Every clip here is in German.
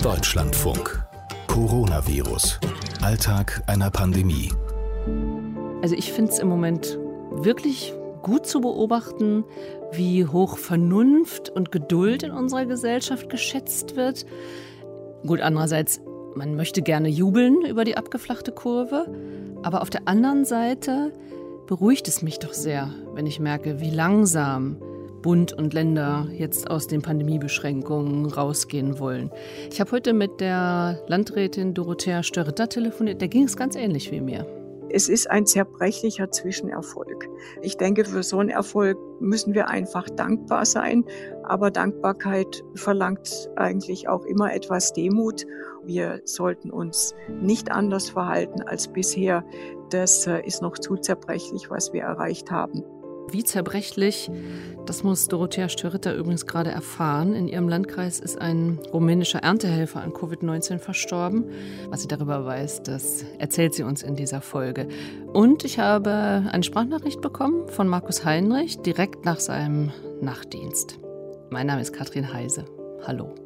Deutschlandfunk. Coronavirus. Alltag einer Pandemie. Also ich finde es im Moment wirklich gut zu beobachten, wie hoch Vernunft und Geduld in unserer Gesellschaft geschätzt wird. Gut, andererseits, man möchte gerne jubeln über die abgeflachte Kurve. Aber auf der anderen Seite beruhigt es mich doch sehr, wenn ich merke, wie langsam Bund und Länder jetzt aus den Pandemiebeschränkungen rausgehen wollen. Ich habe heute mit der Landrätin Dorothea Störritter telefoniert, der ging es ganz ähnlich wie mir. Es ist ein zerbrechlicher Zwischenerfolg. Ich denke, für so einen Erfolg müssen wir einfach dankbar sein. Aber Dankbarkeit verlangt eigentlich auch immer etwas Demut. Wir sollten uns nicht anders verhalten als bisher. Das ist noch zu zerbrechlich, was wir erreicht haben. Wie zerbrechlich, das muss Dorothea Störritter übrigens gerade erfahren. In ihrem Landkreis ist ein rumänischer Erntehelfer an Covid-19 verstorben. Was sie darüber weiß, das erzählt sie uns in dieser Folge. Und ich habe eine Sprachnachricht bekommen von Markus Heinrich, direkt nach seinem Nachtdienst. Mein Name ist Katrin Heise. Hallo.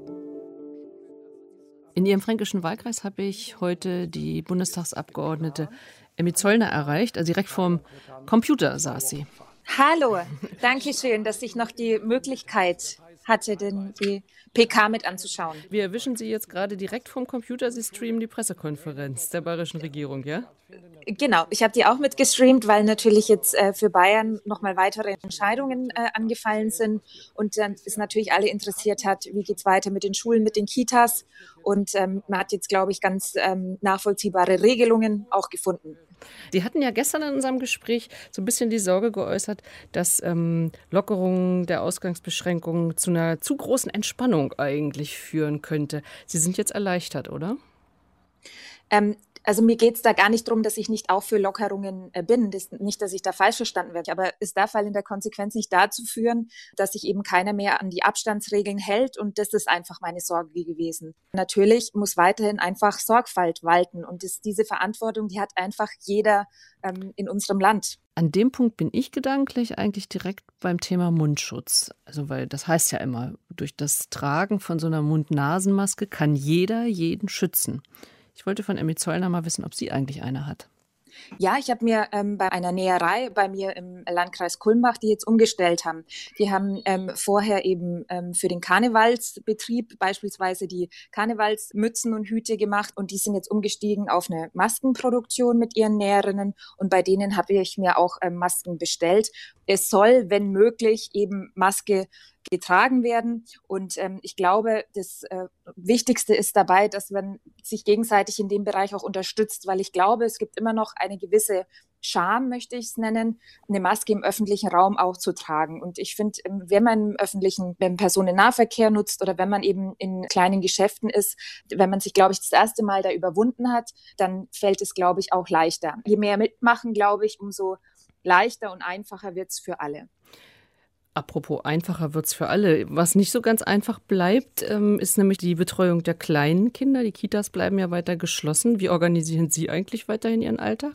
In ihrem fränkischen Wahlkreis habe ich heute die Bundestagsabgeordnete Emmy Zollner erreicht. Also direkt vorm Computer saß sie. Hallo, danke schön, dass ich noch die Möglichkeit hatte, die PK mit anzuschauen. Wir erwischen Sie jetzt gerade direkt vom Computer. Sie streamen die Pressekonferenz der bayerischen Regierung, ja? Genau, ich habe die auch mitgestreamt, weil natürlich jetzt für Bayern nochmal weitere Entscheidungen angefallen sind und dann es natürlich alle interessiert hat, wie geht es weiter mit den Schulen, mit den Kitas und man hat jetzt, glaube ich, ganz nachvollziehbare Regelungen auch gefunden. Sie hatten ja gestern in unserem Gespräch so ein bisschen die Sorge geäußert, dass Lockerungen der Ausgangsbeschränkungen zu einer zu großen Entspannung eigentlich führen könnte. Sie sind jetzt erleichtert, oder? Also mir geht es da gar nicht darum, dass ich nicht auch für Lockerungen bin. Nicht, dass ich da falsch verstanden werde. Aber es darf halt in der Konsequenz nicht dazu führen, dass sich eben keiner mehr an die Abstandsregeln hält. Und das ist einfach meine Sorge gewesen. Natürlich muss weiterhin einfach Sorgfalt walten. Und diese Verantwortung, die hat einfach jeder in unserem Land. An dem Punkt bin ich gedanklich eigentlich direkt beim Thema Mundschutz. Also weil das heißt ja immer, durch das Tragen von so einer Mund-Nasen-Maske kann jeder jeden schützen. Ich wollte von Emmy Zollner mal wissen, ob sie eigentlich eine hat. Ja, ich habe mir bei einer Näherei bei mir im Landkreis Kulmbach, die jetzt umgestellt haben, die haben vorher eben für den Karnevalsbetrieb beispielsweise die Karnevalsmützen und Hüte gemacht und die sind jetzt umgestiegen auf eine Maskenproduktion mit ihren Näherinnen und bei denen habe ich mir auch Masken bestellt. Es soll, wenn möglich, eben Maske getragen werden. Und ich glaube, das Wichtigste ist dabei, dass man sich gegenseitig in dem Bereich auch unterstützt, weil ich glaube, es gibt immer noch eine gewisse Scham, möchte ich es nennen, eine Maske im öffentlichen Raum auch zu tragen. Und ich finde, wenn man im öffentlichen Personennahverkehr nutzt oder wenn man eben in kleinen Geschäften ist, wenn man sich, glaube ich, das erste Mal da überwunden hat, dann fällt es, glaube ich, auch leichter. Je mehr mitmachen, glaube ich, umso leichter und einfacher wird es für alle. Apropos einfacher wird's für alle. Was nicht so ganz einfach bleibt, ist nämlich die Betreuung der kleinen Kinder. Die Kitas bleiben ja weiter geschlossen. Wie organisieren Sie eigentlich weiterhin Ihren Alltag?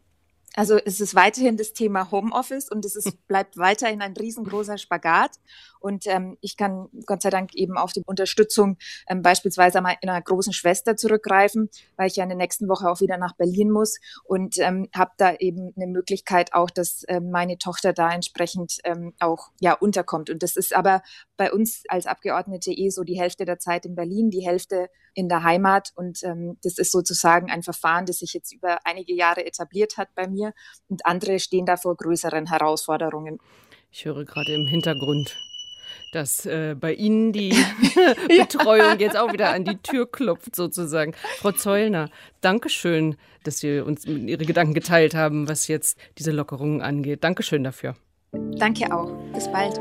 Also es ist weiterhin das Thema Homeoffice und bleibt weiterhin ein riesengroßer Spagat. Und ich kann Gott sei Dank eben auf die Unterstützung beispielsweise meiner großen Schwester zurückgreifen, weil ich ja in der nächsten Woche auch wieder nach Berlin muss und habe da eben eine Möglichkeit auch, dass meine Tochter da entsprechend auch unterkommt. Und das ist aber bei uns als Abgeordnete so die Hälfte der Zeit in Berlin, die Hälfte in der Heimat. Und das ist sozusagen ein Verfahren, das sich jetzt über einige Jahre etabliert hat bei mir. Und andere stehen da vor größeren Herausforderungen. Ich höre gerade im Hintergrund, dass bei Ihnen die Betreuung jetzt auch wieder an die Tür klopft sozusagen. Frau Zollner, Dankeschön, dass Sie uns Ihre Gedanken geteilt haben, was jetzt diese Lockerungen angeht. Dankeschön dafür. Danke auch. Bis bald.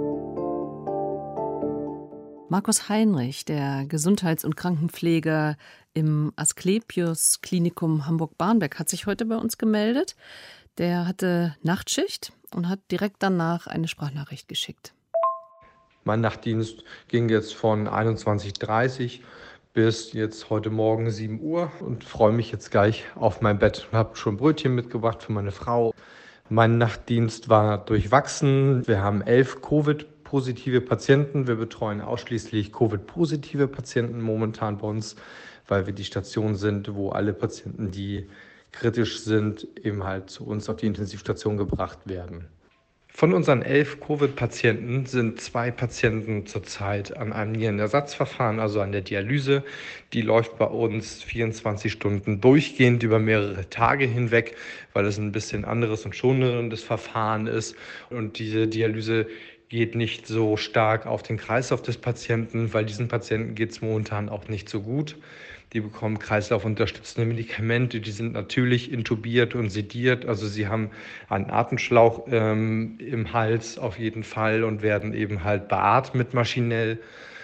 Markus Heinrich, der Gesundheits- und Krankenpfleger im Asklepios Klinikum Hamburg-Barmbek, hat sich heute bei uns gemeldet. Der hatte Nachtschicht und hat direkt danach eine Sprachnachricht geschickt. Mein Nachtdienst ging jetzt von 21:30 bis jetzt heute Morgen 7 Uhr und freue mich jetzt gleich auf mein Bett. Ich habe schon Brötchen mitgebracht für meine Frau. Mein Nachtdienst war durchwachsen. Wir haben 11 Covid Covid-positive Patienten. Wir betreuen ausschließlich Covid-positive Patienten momentan bei uns, weil wir die Station sind, wo alle Patienten, die kritisch sind, eben halt zu uns auf die Intensivstation gebracht werden. Von unseren 11 Covid-Patienten sind 2 Patienten zurzeit an einem Nierenersatzverfahren, also an der Dialyse. Die läuft bei uns 24 Stunden durchgehend über mehrere Tage hinweg, weil es ein bisschen anderes und schonendes Verfahren ist. Und diese Dialyse geht nicht so stark auf den Kreislauf des Patienten, weil diesen Patienten geht es momentan auch nicht so gut. Die bekommen kreislaufunterstützende Medikamente, die sind natürlich intubiert und sediert. Also sie haben einen Atemschlauch im Hals auf jeden Fall und werden eben halt beatmet maschinell.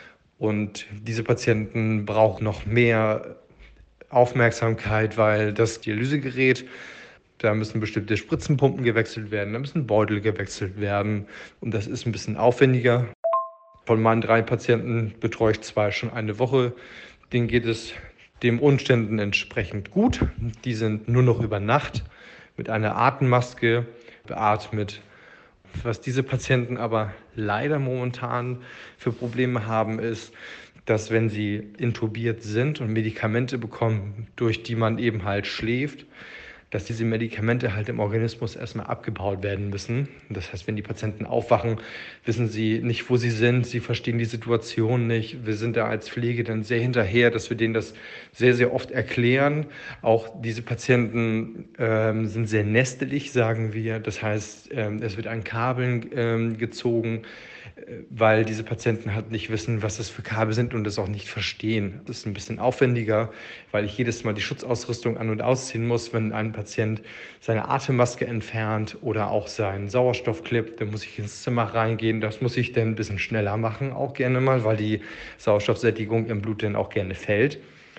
Und diese Patienten brauchen noch mehr Aufmerksamkeit, weil das Dialysegerät, da müssen bestimmte Spritzenpumpen gewechselt werden, da müssen Beutel gewechselt werden und das ist ein bisschen aufwendiger. Von meinen 3 Patienten betreue ich 2 schon eine Woche. Denen geht es den Umständen entsprechend gut. Die sind nur noch über Nacht mit einer Atemmaske beatmet. Was diese Patienten aber leider momentan für Probleme haben, ist, dass wenn sie intubiert sind und Medikamente bekommen, durch die man eben halt schläft, dass diese Medikamente halt im Organismus erstmal abgebaut werden müssen. Das heißt, wenn die Patienten aufwachen, wissen sie nicht, wo sie sind, sie verstehen die Situation nicht. Wir sind da als Pflege dann sehr hinterher, dass wir denen das sehr, sehr oft erklären. Auch diese Patienten sind sehr nestelig, sagen wir. Das heißt, es wird an Kabeln gezogen, weil diese Patienten halt nicht wissen, was das für Kabel sind und das auch nicht verstehen. Das ist ein bisschen aufwendiger, weil ich jedes Mal die Schutzausrüstung an- und ausziehen muss, wenn ein Patient seine Atemmaske entfernt oder auch seinen Sauerstoffclip. Dann muss ich ins Zimmer reingehen. Das muss ich dann ein bisschen schneller machen, auch gerne mal, weil die Sauerstoffsättigung im Blut dann auch gerne fällt.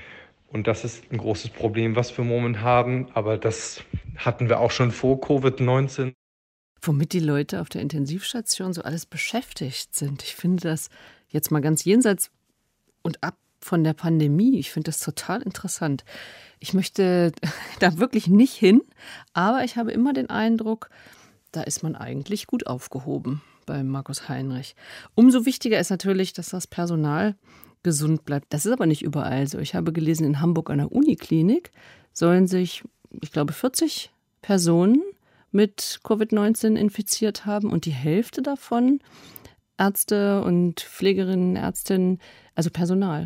Und das ist ein großes Problem, was wir momentan haben. Aber das hatten wir auch schon vor Covid-19. Womit die Leute auf der Intensivstation so alles beschäftigt sind. Ich finde das jetzt mal ganz jenseits und ab von der Pandemie. Ich finde das total interessant. Ich möchte da wirklich nicht hin, aber ich habe immer den Eindruck, da ist man eigentlich gut aufgehoben bei Markus Heinrich. Umso wichtiger ist natürlich, dass das Personal gesund bleibt. Das ist aber nicht überall so. Ich habe gelesen, in Hamburg an der Uniklinik sollen sich, ich glaube, 40 Personen mit Covid-19 infiziert haben und die Hälfte davon Ärzte und Pflegerinnen, Ärztinnen, also Personal.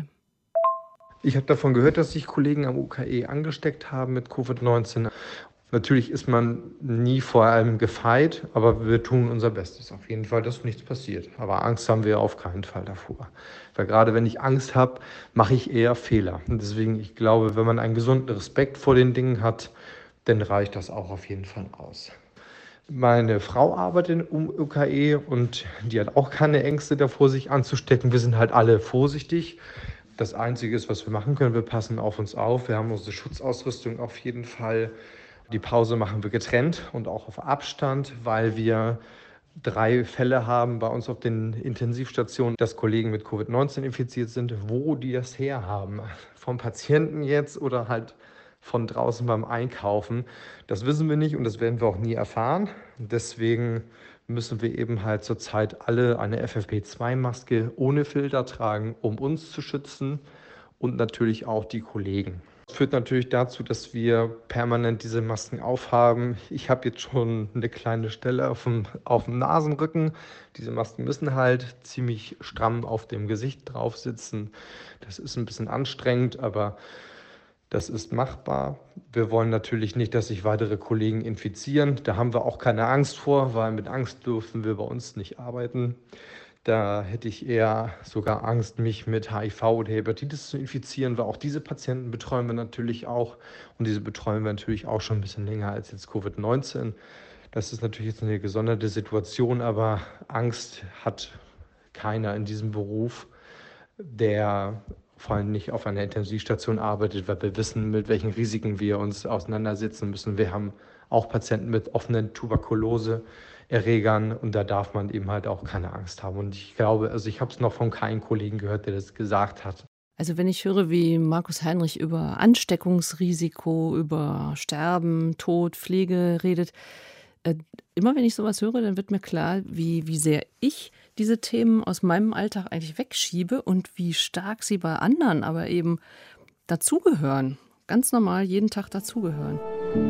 Ich habe davon gehört, dass sich Kollegen am UKE angesteckt haben mit Covid-19. Natürlich ist man nie vor allem gefeit, aber wir tun unser Bestes auf jeden Fall, dass nichts passiert. Aber Angst haben wir auf keinen Fall davor. Weil gerade wenn ich Angst habe, mache ich eher Fehler. Und deswegen, ich glaube, wenn man einen gesunden Respekt vor den Dingen hat, dann reicht das auch auf jeden Fall aus. Meine Frau arbeitet im UKE und die hat auch keine Ängste davor, sich anzustecken. Wir sind halt alle vorsichtig. Das Einzige ist, was wir machen können, wir passen auf uns auf. Wir haben unsere Schutzausrüstung auf jeden Fall. Die Pause machen wir getrennt und auch auf Abstand, weil wir 3 Fälle haben bei uns auf den Intensivstationen, dass Kollegen mit Covid-19 infiziert sind. Wo die das herhaben, vom Patienten jetzt oder halt von draußen beim Einkaufen, das wissen wir nicht und das werden wir auch nie erfahren. Deswegen müssen wir eben halt zurzeit alle eine FFP2-Maske ohne Filter tragen, um uns zu schützen und natürlich auch die Kollegen. Das führt natürlich dazu, dass wir permanent diese Masken aufhaben. Ich habe jetzt schon eine kleine Stelle auf dem Nasenrücken. Diese Masken müssen halt ziemlich stramm auf dem Gesicht drauf sitzen. Das ist ein bisschen anstrengend, aber das ist machbar. Wir wollen natürlich nicht, dass sich weitere Kollegen infizieren. Da haben wir auch keine Angst vor, weil mit Angst dürfen wir bei uns nicht arbeiten. Da hätte ich eher sogar Angst, mich mit HIV oder Hepatitis zu infizieren, weil auch diese Patienten betreuen wir natürlich auch. Und diese betreuen wir natürlich auch schon ein bisschen länger als jetzt Covid-19. Das ist natürlich jetzt eine gesonderte Situation, aber Angst hat keiner in diesem Beruf, der vor allem nicht auf einer Intensivstation arbeitet, weil wir wissen, mit welchen Risiken wir uns auseinandersetzen müssen. Wir haben auch Patienten mit offenen Tuberkuloseerregern und da darf man eben halt auch keine Angst haben. Und ich glaube, also ich habe es noch von keinem Kollegen gehört, der das gesagt hat. Also wenn ich höre, wie Markus Heinrich über Ansteckungsrisiko, über Sterben, Tod, Pflege redet, immer wenn ich sowas höre, dann wird mir klar, wie sehr ich diese Themen aus meinem Alltag eigentlich wegschiebe und wie stark sie bei anderen aber eben dazugehören. Ganz normal jeden Tag dazugehören.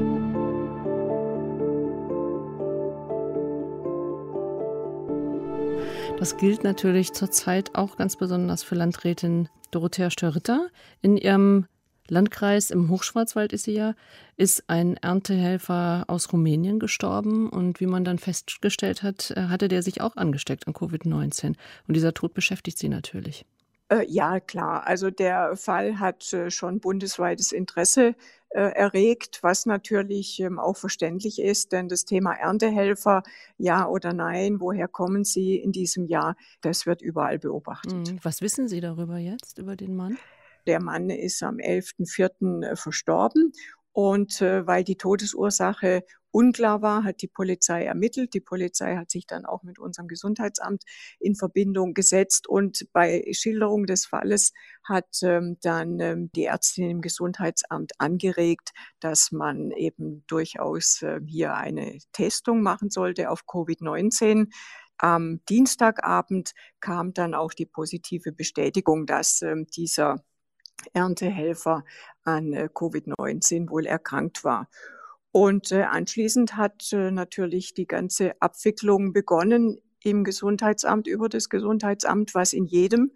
Das gilt natürlich zurzeit auch ganz besonders für Landrätin Dorothea Störritter. In ihrem Landkreis im Hochschwarzwald ist ein Erntehelfer aus Rumänien gestorben. Und wie man dann festgestellt hat, hatte der sich auch angesteckt an Covid-19. Und dieser Tod beschäftigt sie natürlich. Ja, klar. Also der Fall hat schon bundesweites Interesse erregt, was natürlich auch verständlich ist, denn das Thema Erntehelfer, ja oder nein, woher kommen sie in diesem Jahr, das wird überall beobachtet. Was wissen Sie darüber jetzt, über den Mann? Der Mann ist am 11.04. Verstorben und weil die Todesursache unklar war, hat die Polizei ermittelt. Die Polizei hat sich dann auch mit unserem Gesundheitsamt in Verbindung gesetzt und bei Schilderung des Falles hat dann die Ärztin im Gesundheitsamt angeregt, dass man eben durchaus hier eine Testung machen sollte auf Covid-19. Am Dienstagabend kam dann auch die positive Bestätigung, dass dieser Erntehelfer an Covid-19 wohl erkrankt war. Und anschließend hat natürlich die ganze Abwicklung begonnen im Gesundheitsamt, über das Gesundheitsamt, was in jedem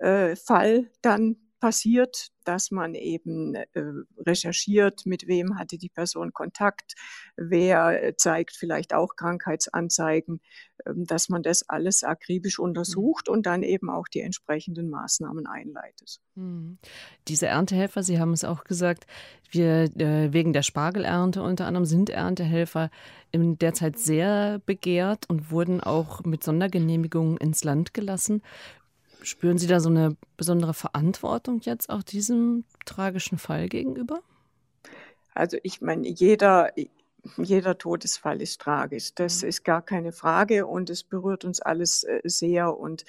Fall dann passiert, dass man eben recherchiert, mit wem hatte die Person Kontakt, wer zeigt vielleicht auch Krankheitsanzeigen, dass man das alles akribisch untersucht und dann eben auch die entsprechenden Maßnahmen einleitet. Diese Erntehelfer, Sie haben es auch gesagt, wegen der Spargelernte unter anderem sind Erntehelfer derzeit sehr begehrt und wurden auch mit Sondergenehmigungen ins Land gelassen. Spüren Sie da so eine besondere Verantwortung jetzt auch diesem tragischen Fall gegenüber? Also ich meine, jeder Todesfall ist tragisch. Das ist gar keine Frage und es berührt uns alles sehr. Und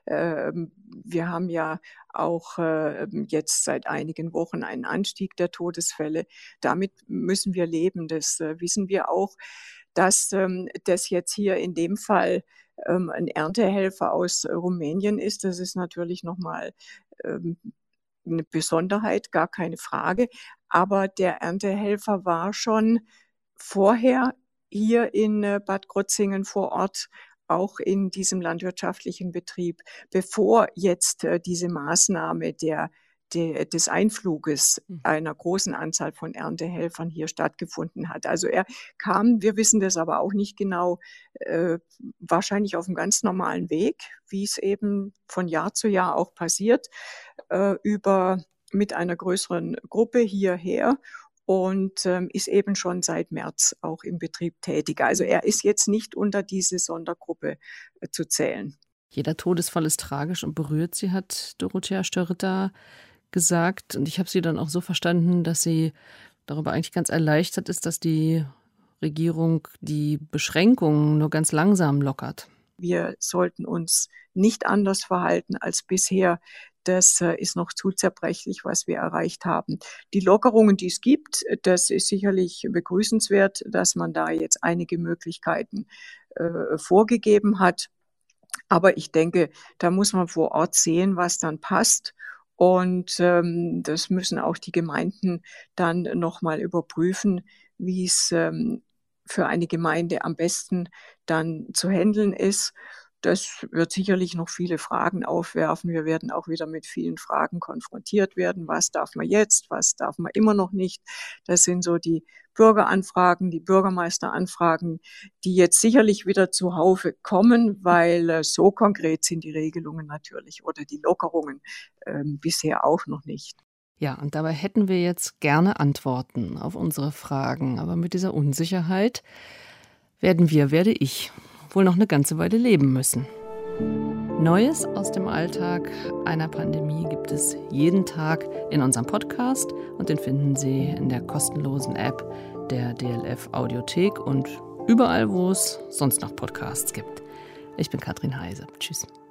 wir haben ja auch jetzt seit einigen Wochen einen Anstieg der Todesfälle. Damit müssen wir leben. Das wissen wir auch, dass das jetzt hier in dem Fall ein Erntehelfer aus Rumänien ist. Das ist natürlich nochmal eine Besonderheit, gar keine Frage. Aber der Erntehelfer war schon vorher hier in Bad Krozingen vor Ort, auch in diesem landwirtschaftlichen Betrieb, bevor jetzt diese Maßnahme des Einfluges einer großen Anzahl von Erntehelfern hier stattgefunden hat. Also er kam, wir wissen das aber auch nicht genau, wahrscheinlich auf einem ganz normalen Weg, wie es eben von Jahr zu Jahr auch passiert, mit einer größeren Gruppe hierher und ist eben schon seit März auch im Betrieb tätig. Also er ist jetzt nicht unter diese Sondergruppe zu zählen. Jeder Todesfall ist tragisch und berührt sie, hat Dorothea Störritter gesagt. Und ich habe sie dann auch so verstanden, dass sie darüber eigentlich ganz erleichtert ist, dass die Regierung die Beschränkungen nur ganz langsam lockert. Wir sollten uns nicht anders verhalten als bisher. Das ist noch zu zerbrechlich, was wir erreicht haben. Die Lockerungen, die es gibt, das ist sicherlich begrüßenswert, dass man da jetzt einige Möglichkeiten vorgegeben hat. Aber ich denke, da muss man vor Ort sehen, was dann passt. Und das müssen auch die Gemeinden dann nochmal überprüfen, wie es für eine Gemeinde am besten dann zu handeln ist. Das wird sicherlich noch viele Fragen aufwerfen. Wir werden auch wieder mit vielen Fragen konfrontiert werden. Was darf man jetzt? Was darf man immer noch nicht? Das sind so die Bürgeranfragen, die Bürgermeisteranfragen, die jetzt sicherlich wieder zuhauf kommen, weil so konkret sind die Regelungen natürlich oder die Lockerungen bisher auch noch nicht. Ja, und dabei hätten wir jetzt gerne Antworten auf unsere Fragen. Aber mit dieser Unsicherheit werde ich wohl noch eine ganze Weile leben müssen. Neues aus dem Alltag einer Pandemie gibt es jeden Tag in unserem Podcast und den finden Sie in der kostenlosen App der DLF Audiothek und überall, wo es sonst noch Podcasts gibt. Ich bin Katrin Heise. Tschüss.